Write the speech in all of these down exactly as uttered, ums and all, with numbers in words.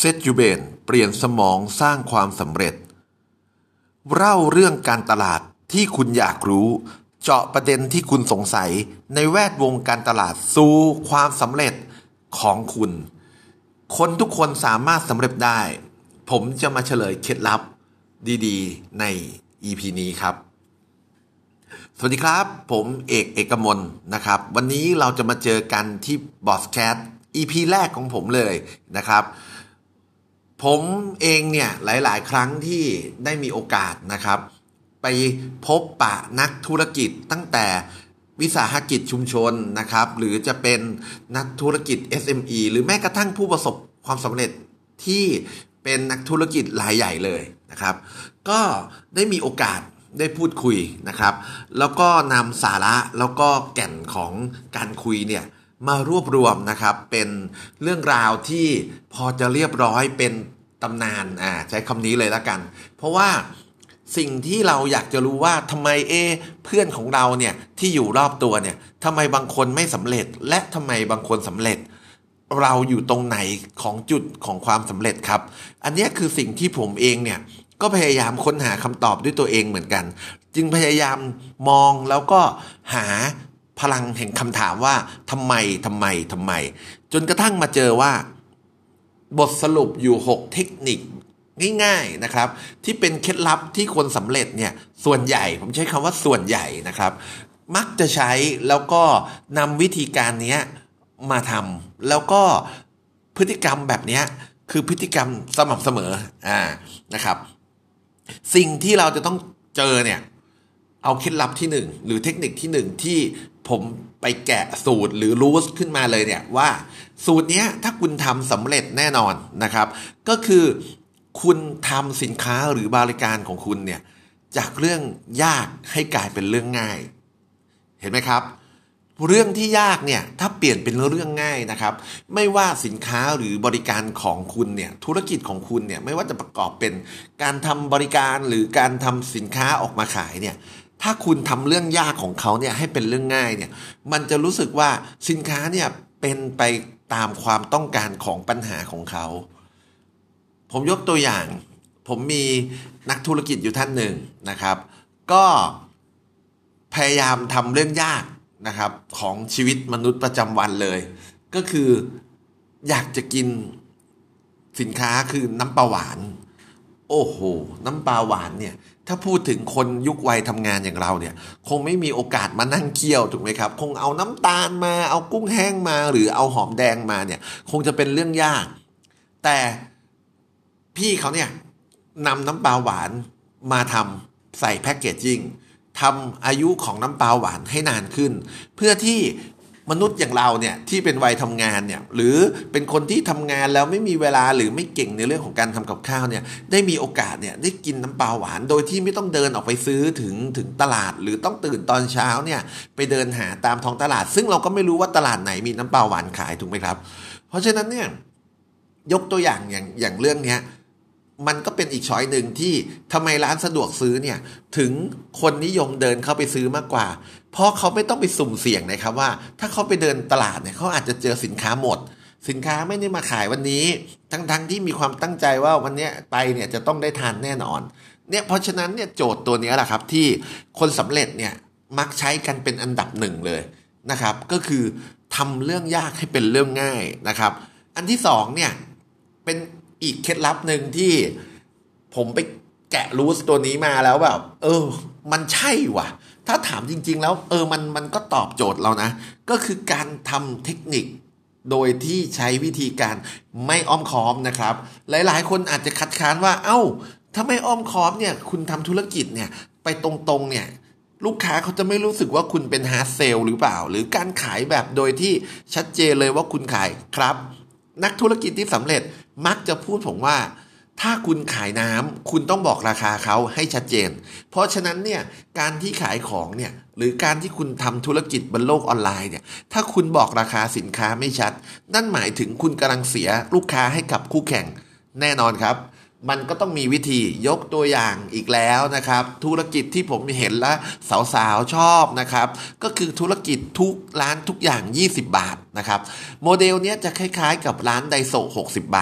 เซตยูเบนเปลี่ยนสมองสร้างความสำเร็จเล่าเรื่องการตลาดที่คุณอยากรู้เจาะประเด็นที่คุณสงสัยในแวดวงการตลาดสู่ความสำเร็จของคุณคนทุกคนสามารถสำเร็จได้ผมจะมาเฉลยเคล็ดลับดีๆใน อี พี นี้ครับสวัสดีครับผมเอกเอกมลนะครับวันนี้เราจะมาเจอกันที่ Bosscat อี พี แรกของผมเลยนะครับผมเองเนี่ยหลายๆครั้งที่ได้มีโอกาสนะครับไปพบปะนักธุรกิจตั้งแต่วิสาหกิจชุมชนนะครับหรือจะเป็นนักธุรกิจ เอส เอ็ม อี หรือแม้กระทั่งผู้ประสบความสำเร็จที่เป็นนักธุรกิจรายใหญ่เลยนะครับก็ได้มีโอกาสได้พูดคุยนะครับแล้วก็นำสาระแล้วก็แก่นของการคุยเนี่ยมารวบรวมนะครับเป็นเรื่องราวที่พอจะเรียบร้อยเป็นตำนานอ่าใช้คำนี้เลยละกันเพราะว่าสิ่งที่เราอยากจะรู้ว่าทำไมเอเพื่อนของเราเนี่ยที่อยู่รอบตัวเนี่ยทำไมบางคนไม่สำเร็จและทำไมบางคนสำเร็จเราอยู่ตรงไหนของจุดของความสำเร็จครับอันนี้คือสิ่งที่ผมเองเนี่ยก็พยายามค้นหาคำตอบด้วยตัวเองเหมือนกันจึงพยายามมองแล้วก็หาพลังแห่งคำถามว่าทำไมทำไมทำไมจนกระทั่งมาเจอว่าบทสรุปอยู่หกเทคนิคง่ายๆนะครับที่เป็นเคล็ดลับที่คนสำเร็จเนี่ยส่วนใหญ่ผมใช้คำว่าส่วนใหญ่นะครับมักจะใช้แล้วก็นำวิธีการนี้มาทำแล้วก็พฤติกรรมแบบนี้คือพฤติกรรมสม่ำเสมออ่านะครับสิ่งที่เราจะต้องเจอเนี่ยเอาเคล็ดลับที่หนึ่งหรือเทคนิคที่หนึ่งที่ผมไปแกะสูตรหรือรู้ขึ้นมาเลยเนี่ยว่าสูตรนี้ถ้าคุณทำสำเร็จแน่นอนนะครับก็คือคุณทำสินค้าหรือบริการของคุณเนี่ยจากเรื่องยากให้กลายเป็นเรื่องง่ายเห็นไหมครับเรื่องที่ยากเนี่ยถ้าเปลี่ยนเป็นเรื่องง่ายนะครับไม่ว่าสินค้าหรือบริการของคุณเนี่ยธุรกิจของคุณเนี่ยไม่ว่าจะประกอบเป็นการทำบริการหรือการทำสินค้าออกมาขายเนี่ยถ้าคุณทำเรื่องยากของเขาเนี่ยให้เป็นเรื่องง่ายเนี่ยมันจะรู้สึกว่าสินค้าเนี่ยเป็นไปตามความต้องการของปัญหาของเขาผมยกตัวอย่างผมมีนักธุรกิจอยู่ท่านหนึ่งนะครับก็พยายามทำเรื่องยากนะครับของชีวิตมนุษย์ประจำวันเลยก็คืออยากจะกินสินค้าคือน้ำปลาหวานโอ้โหน้ำปลาหวานเนี่ยถ้าพูดถึงคนยุควัยทำงานอย่างเราเนี่ยคงไม่มีโอกาสมานั่งเคี่ยวถูกไหมครับคงเอาน้ำตาลมาเอากุ้งแห้งมาหรือเอาหอมแดงมาเนี่ยคงจะเป็นเรื่องยากแต่พี่เขาเนี่ยนำน้ำปลาหวานมาทำใส่แพ็กเกจจิ้งทำอายุของน้ำปลาหวานให้นานขึ้นเพื่อที่มนุษย์อย่างเราเนี่ยที่เป็นวัยทำงานเนี่ยหรือเป็นคนที่ทำงานแล้วไม่มีเวลาหรือไม่เก่งในเรื่องของการทำกับข้าวเนี่ยได้มีโอกาสเนี่ยได้กินน้ำปลาหวานโดยที่ไม่ต้องเดินออกไปซื้อถึงถึงตลาดหรือต้องตื่นตอนเช้าเนี่ยไปเดินหาตามท้องตลาดซึ่งเราก็ไม่รู้ว่าตลาดไหนมีน้ำปลาหวานขายถูกไหมครับเพราะฉะนั้นเนี่ยยกตัวอย่างอย่างอย่างเรื่องเนี้ยมันก็เป็นอีกช้อยหนึ่งที่ทำไมร้านสะดวกซื้อเนี่ยถึงคนนิยมเดินเข้าไปซื้อมากกว่าเพราะเขาไม่ต้องไปสุ่มเสี่ยงนะครับว่าถ้าเขาไปเดินตลาดเนี่ยเขาอาจจะเจอสินค้าหมดสินค้าไม่ได้มาขายวันนี้ทั้งๆที่มีความตั้งใจว่าวันนี้ไปเนี่ยจะต้องได้ทานแน่นอนเนี่ยเพราะฉะนั้นเนี่ยโจทย์ตัวนี้แหละครับที่คนสำเร็จเนี่ยมักใช้กันเป็นอันดับหนึ่งเลยนะครับก็คือทำเรื่องยากให้เป็นเรื่องง่ายนะครับอันที่สองเนี่ยเป็นอีกเคล็ดลับหนึ่งที่ผมไปแกะรูทตัวนี้มาแล้วแบบเออมันใช่ว่ะถ้าถามจริงๆแล้วเออมันมันก็ตอบโจทย์เรานะก็คือการทำเทคนิคโดยที่ใช้วิธีการไม่อ้อมค้อมนะครับหลายๆคนอาจจะคัดค้านว่าเอ้าถ้าไม่อ้อมค้อมเนี่ยคุณทำธุรกิจเนี่ยไปตรงๆเนี่ยลูกค้าเขาจะไม่รู้สึกว่าคุณเป็นฮาร์ดเซลหรือเปล่าหรือการขายแบบโดยที่ชัดเจนเลยว่าคุณขายครับนักธุรกิจที่สำเร็จมักจะพูดผมว่าถ้าคุณขายน้ำคุณต้องบอกราคาเขาให้ชัดเจนเพราะฉะนั้นเนี่ยการที่ขายของเนี่ยหรือการที่คุณทำธุรกิจบนโลกออนไลน์เนี่ยถ้าคุณบอกราคาสินค้าไม่ชัดนั่นหมายถึงคุณกำลังเสียลูกค้าให้กับคู่แข่งแน่นอนครับมันก็ต้องมีวิธียกตัวอย่างอีกแล้วนะครับธุรกิจที่ผมเห็นแล้วสาวๆชอบนะครับก็คือธุรกิจทุกร้านทุกอย่างยี่สิบบาทนะครับโมเดลเนี้ยจะคล้ายๆกับร้านไดโซหกสิบบาท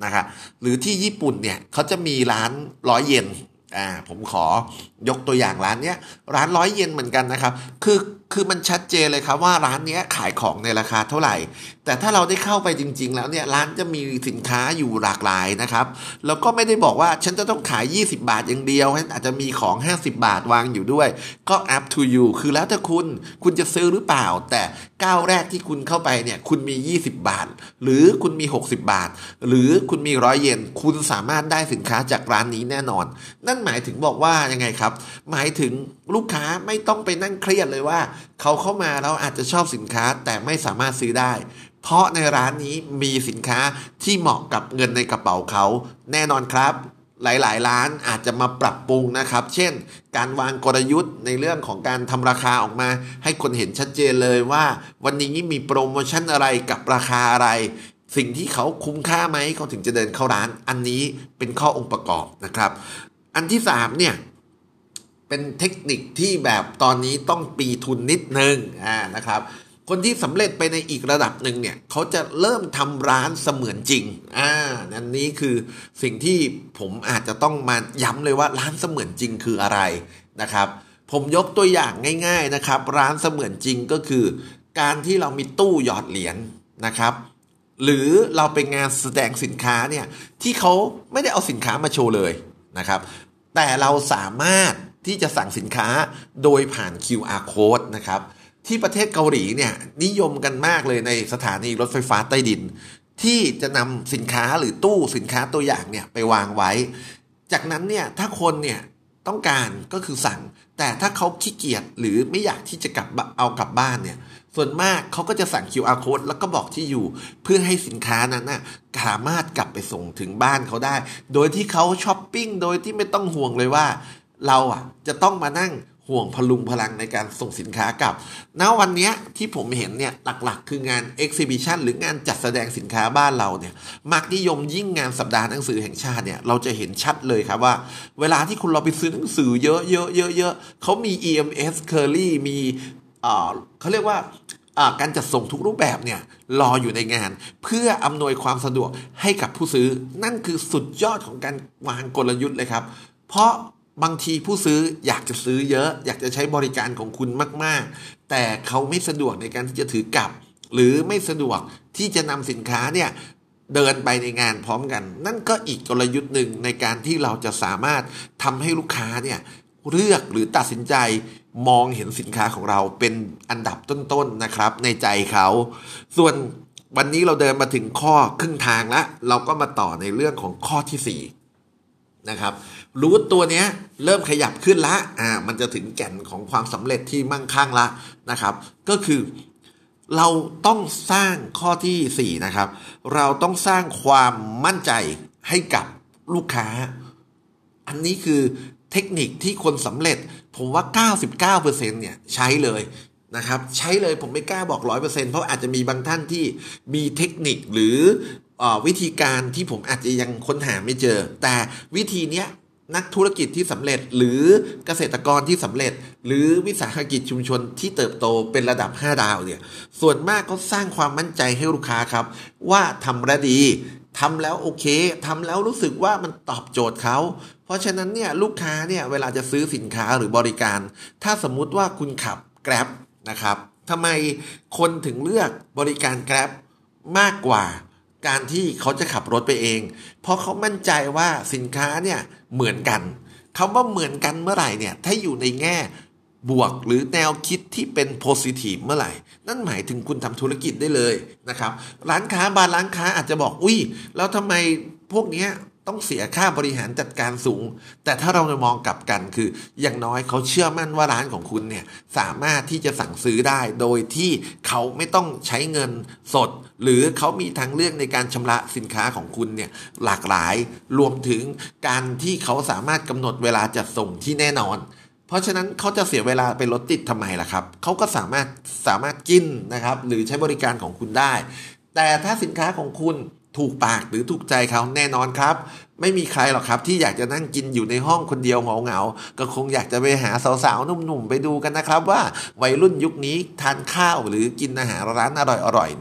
นะครับหรือที่ญี่ปุ่นเนี่ยเขาจะมีร้านร้อยเยนอ่าผมขอยกตัวอย่างร้านเนี้ยร้านร้อยเยนเหมือนกันนะครับคือคือมันชัดเจนเลยครับว่าร้านเนี้ยขายของในราคาเท่าไหร่แต่ถ้าเราได้เข้าไปจริงๆแล้วเนี่ยร้านจะมีสินค้าอยู่หลากหลายนะครับแล้วก็ไม่ได้บอกว่าฉันจะต้องขายยี่สิบบาทอย่างเดียวอาจจะมีของห้าสิบบาทวางอยู่ด้วยก็ up to you คือแล้วแต่คุณคุณจะซื้อหรือเปล่าแต่ก้าวแรกที่คุณเข้าไปเนี่ยคุณมียี่สิบบาทหรือคุณมีหกสิบบาทหรือคุณมีร้อยเยนคุณสามารถได้สินค้าจากร้านนี้แน่นอนนั่นหมายถึงบอกว่ายังไงครับหมายถึงลูกค้าไม่ต้องไปนั่งเครียดเลยว่าเขาเข้ามาแล้วอาจจะชอบสินค้าแต่ไม่สามารถซื้อได้เพราะในร้านนี้มีสินค้าที่เหมาะกับเงินในกระเป๋าเขาแน่นอนครับหลายๆร้านอาจจะมาปรับปรุงนะครับเช่นการวางกลยุทธ์ในเรื่องของการทำราคาออกมาให้คนเห็นชัดเจนเลยว่าวันนี้มีโปรโมชั่นอะไรกับราคาอะไรสิ่งที่เขาคุ้มค่าไหมเขาถึงจะเดินเข้าร้านอันนี้เป็นข้อองค์ประกอบนะครับอันที่สามเนี่ยเป็นเทคนิคที่แบบตอนนี้ต้องปีทุนนิดนึงอ่านะครับคนที่สำเร็จไปในอีกระดับหนึ่งเนี่ยเขาจะเริ่มทำร้านเสมือนจริงอ่าอันนี้คือสิ่งที่ผมอาจจะต้องมาย้ำเลยว่าร้านเสมือนจริงคืออะไรนะครับผมยกตัวอย่างง่ายๆนะครับร้านเสมือนจริงก็คือการที่เรามีตู้หยอดเหรียญนะครับหรือเราไปงานแสดงสินค้าเนี่ยที่เขาไม่ได้เอาสินค้ามาโชว์เลยนะครับแต่เราสามารถที่จะสั่งสินค้าโดยผ่าน คิว อาร์ Code นะครับที่ประเทศเกาหลีเนี่ยนิยมกันมากเลยในสถานีรถไฟฟ้าใต้ดินที่จะนำสินค้าหรือตู้สินค้าตัวอย่างเนี่ยไปวางไว้จากนั้นเนี่ยถ้าคนเนี่ยต้องการก็คือสั่งแต่ถ้าเขาขี้เกียจหรือไม่อยากที่จะกลับเอากลับบ้านเนี่ยส่วนมากเขาก็จะสั่ง คิว อาร์ Code แล้วก็บอกที่อยู่เพื่อให้สินค้านั้นน่ะสามารถกลับไปส่งถึงบ้านเขาได้โดยที่เขาช้อปปิ้งโดยที่ไม่ต้องห่วงเลยว่าเราอ่ะจะต้องมานั่งห่วงพลุงพลังในการส่งสินค้ากลับณวันนี้ที่ผมเห็นเนี่ยหลักๆคืองาน Exhibition หรืองานจัดแสดงสินค้าบ้านเราเนี่ยมักนิยมยิ่งงานสัปดาห์หนังสือแห่งชาติเนี่ยเราจะเห็นชัดเลยครับว่าเวลาที่คุณเราไปซื้อหนังสือเยอะๆเยอะๆเขามี อี เอ็ม เอส Curly มีเอ่อเขาเรียกว่าการจัดส่งทุกรูปแบบเนี่ยรออยู่ในงานเพื่ออำนวยความสะดวกให้กับผู้ซื้อนั่นคือสุดยอดของการวางกลยุทธ์เลยครับเพราะบางทีผู้ซื้ออยากจะซื้อเยอะอยากจะใช้บริการของคุณมากๆแต่เขาไม่สะดวกในการที่จะถือกลับหรือไม่สะดวกที่จะนำสินค้าเนี่ยเดินไปในงานพร้อมกันนั่นก็อีกกลยุทธ์หนึ่งในการที่เราจะสามารถทำให้ลูกค้าเนี่ยเลือกหรือตัดสินใจมองเห็นสินค้าของเราเป็นอันดับต้นๆนะครับในใจเขาส่วนวันนี้เราเดินมาถึงข้อครึ่งทางแล้วเราก็มาต่อในเรื่องของข้อที่สี่นะครับรูทตัวนี้เริ่มขยับขึ้นละอ่ามันจะถึงแก่นของความสำเร็จที่มั่งคั่งละนะครับก็คือเราต้องสร้างข้อที่สี่นะครับเราต้องสร้างความมั่นใจให้กับลูกค้าอันนี้คือเทคนิคที่คนสำเร็จผมว่า เก้าสิบเก้าเปอร์เซ็นต์ เนี่ยใช้เลยนะครับใช้เลยผมไม่กล้าบอก ร้อยเปอร์เซ็นต์ เพราะอาจจะมีบางท่านที่มีเทคนิคหรือวิธีการที่ผมอาจจะยังค้นหาไม่เจอแต่วิธีเนี้ยนักธุรกิจที่สำเร็จหรือเกษตรกรที่สำเร็จหรือวิสาหกิจชุมชนที่เติบโตเป็นระดับห้าดาวเนี่ยส่วนมากเขาสร้างความมั่นใจให้ลูกค้าครับว่าทำแล้วดีทำแล้วโอเคทำแล้วรู้สึกว่ามันตอบโจทย์เขาเพราะฉะนั้นเนี่ยลูกค้าเนี่ยเวลาจะซื้อสินค้าหรือบริการถ้าสมมุติว่าคุณขับ Grab นะครับทำไมคนถึงเลือกบริการ Grab มากกว่าการที่เขาจะขับรถไปเองเพราะเขามั่นใจว่าสินค้าเนี่ยเหมือนกันคำว่าเหมือนกันเมื่อไหร่เนี่ยถ้าอยู่ในแง่บวกหรือแนวคิดที่เป็น positive เมื่อไหร่นั่นหมายถึงคุณทำธุรกิจได้เลยนะครับร้านค้าบางร้านค้าอาจจะบอกอุ้ยแล้วทำไมพวกนี้ต้องเสียค่าบริหารจัดการสูงแต่ถ้าเรามองกลับกันคืออย่างน้อยเขาเชื่อมั่นว่าร้านของคุณเนี่ยสามารถที่จะสั่งซื้อได้โดยที่เขาไม่ต้องใช้เงินสดหรือเขามีทางเลือกในการชำระสินค้าของคุณเนี่ยหลากหลายรวมถึงการที่เขาสามารถกำหนดเวลาจัดส่งที่แน่นอนเพราะฉะนั้นเขาจะเสียเวลาไปรถติดทำไมล่ะครับเขาก็สามารถสามารถกินนะครับหรือใช้บริการของคุณได้แต่ถ้าสินค้าของคุณถูกปากหรือถูกใจเขาแน่นอนครับไม่มีใครหรอกครับที่อยากจะนั่งกินอยู่ในห้องคนเดียวเหงาๆก็คงอยากจะไปหาสาวๆหนุ่มๆไปดูกันนะครับว่าวัยรุ่นยุคนี้ทานข้าวหรือกินอาหารร้านอร่อยๆเนี่ย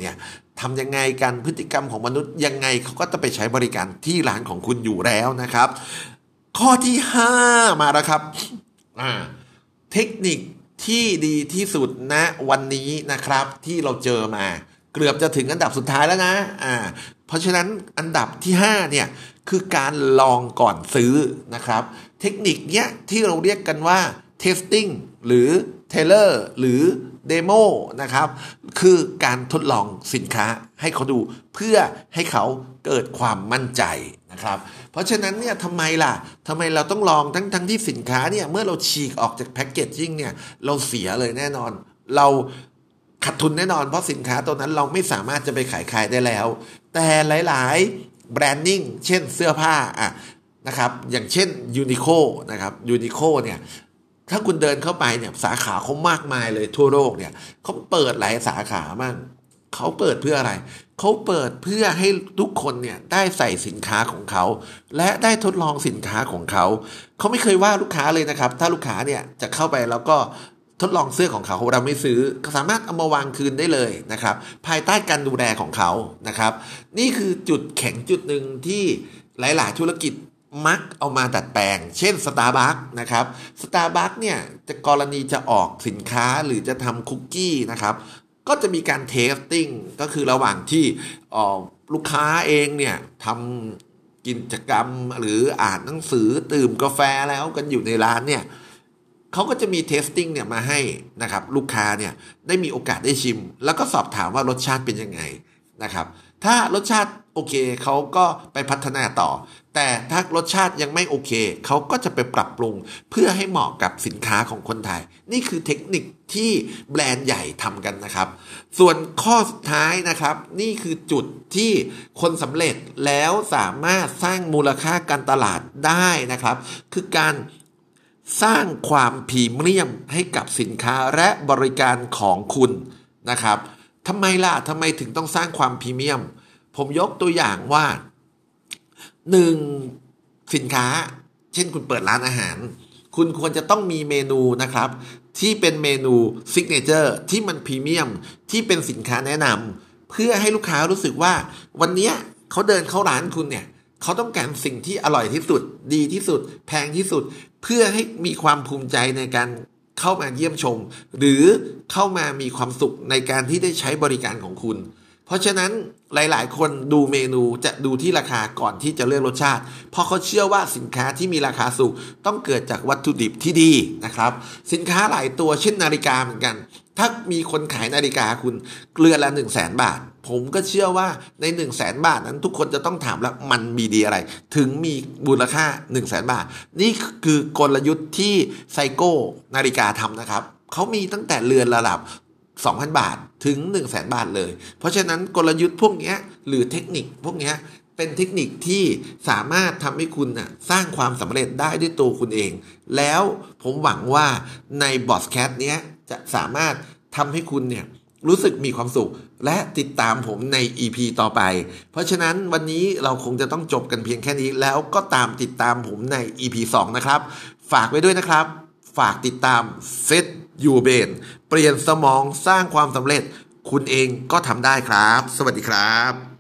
ทำยังไงกันพฤติกรรมของมนุษย์ยังไงเขาก็จะไปใช้บริการที่ร้านของคุณอยู่แล้วนะครับข้อที่ห้ามาแล้วครับอ่าเทคนิคที่ดีที่สุดณวันนี้นะครับที่เราเจอมาเกือบจะถึงอันดับสุดท้ายแล้วนะอ่าเพราะฉะนั้นอันดับที่ห้าเนี่ยคือการลองก่อนซื้อนะครับเทคนิคเนี้ยที่เราเรียกกันว่า testing หรือ trailer หรือ demo นะครับคือการทดลองสินค้าให้เขาดูเพื่อให้เขาเกิดความมั่นใจนะครับเพราะฉะนั้นเนี่ยทำไมล่ะทำไมเราต้องลองทั้งทั้งที่สินค้าเนี่ยเมื่อเราฉีกออกจากแพ็กเกจจิ้งเนี่ยเราเสียเลยแน่นอนเราขาดทุนแน่นอนเพราะสินค้าตัวนั้นเราไม่สามารถจะไปขายขายได้แล้วแต่หลายๆแบรนดิ้งเช่นเสื้อผ้าอ่ะนะครับอย่างเช่นยูนิโคนะครับยูนิโคเนี่ยถ้าคุณเดินเข้าไปเนี่ยสาขาเขามากมายเลยทั่วโลกเนี่ยเขาเปิดหลายสาขามากเขาเปิดเพื่ออะไรเขาเปิดเพื่อให้ทุกคนเนี่ยได้ใส่สินค้าของเขาและได้ทดลองสินค้าของเขาเขาไม่เคยว่าลูกค้าเลยนะครับถ้าลูกค้าเนี่ยจะเข้าไปแล้วก็ทดลองเสื้อของเขาเราไม่ซื้อสามารถเอามาวางคืนได้เลยนะครับภายใต้การดูแลของเขานะครับนี่คือจุดแข็งจุดหนึ่งที่หลายๆธุรกิจมักเอามาดัดแปลงเช่น Starbucks นะครับ Starbucks เนี่ยจะกรณีจะออกสินค้าหรือจะทำคุกกี้นะครับก็จะมีการเทสติ้งก็คือระหว่างที่ลูกค้าเองเนี่ยทำกิจกรรมหรืออ่านหนังสือดื่มกาแฟแล้วกันอยู่ในร้านเนี่ยเขาก็จะมีเทสติ้งเนี่ยมาให้นะครับลูกค้าเนี่ยได้มีโอกาสได้ชิมแล้วก็สอบถามว่ารสชาติเป็นยังไงนะครับถ้ารสชาติโอเคเขาก็ไปพัฒนาต่อแต่ถ้ารสชาติยังไม่โอเคเขาก็จะไปปรับปรุงเพื่อให้เหมาะกับสินค้าของคนไทยนี่คือเทคนิคที่แบรนด์ใหญ่ทำกันนะครับส่วนข้อสุดท้ายนะครับนี่คือจุดที่คนสำเร็จแล้วสามารถสร้างมูลค่าการตลาดได้นะครับคือการสร้างความพรีเมียมให้กับสินค้าและบริการของคุณนะครับทำไมล่ะทำไมถึงต้องสร้างความพรีเมียมผมยกตัวอย่างว่าหนึ่งสินค้าเช่นคุณเปิดร้านอาหารคุณควรจะต้องมีเมนูนะครับที่เป็นเมนูซิกเนเจอร์ที่มันพรีเมียมที่เป็นสินค้าแนะนำเพื่อให้ลูกค้ารู้สึกว่าวันนี้เขาเดินเข้าร้านคุณเนี่ยเขาต้องการสิ่งที่อร่อยที่สุดดีที่สุดแพงที่สุดเพื่อให้มีความภูมิใจในการเข้ามาเยี่ยมชมหรือเข้ามามีความสุขในการที่ได้ใช้บริการของคุณเพราะฉะนั้นหลายๆคนดูเมนูจะดูที่ราคาก่อนที่จะเลือกรสชาติเพราะเขาเชื่อว่าสินค้าที่มีราคาสูงต้องเกิดจากวัตถุดิบที่ดีนะครับสินค้าหลายตัวเช่นนาฬิกาเหมือนกันถ้ามีคนขายนาฬิกาคุณเกลือละหนึ่งแสนบาทผมก็เชื่อว่าในหนึ่งแสนบาทนั้นทุกคนจะต้องถามแล้วมันมีดีอะไรถึงมีมูลค่าหนึ่งแสนบาทนี่คือกลยุทธ์ที่ไซโก้นาฬิกาทำนะครับเขามีตั้งแต่เรือนระดับสองพัน บาทถึง หนึ่งแสน บาทเลยเพราะฉะนั้นกลยุทธ์พวกนี้หรือเทคนิคพวกนี้เป็นเทคนิคที่สามารถทำให้คุณนะสร้างความสำเร็จได้ด้วยตัวคุณเองแล้วผมหวังว่าในบอสแคสต์นี้จะสามารถทำให้คุณเนี่ยรู้สึกมีความสุขและติดตามผมใน อี พี ต่อไปเพราะฉะนั้นวันนี้เราคงจะต้องจบกันเพียงแค่นี้แล้วก็ตามติดตามผมใน อี พี สองนะครับฝากไว้ด้วยนะครับฝากติดตามเซตยูเบนเปลี่ยนสมองสร้างความสำเร็จคุณเองก็ทำได้ครับสวัสดีครับ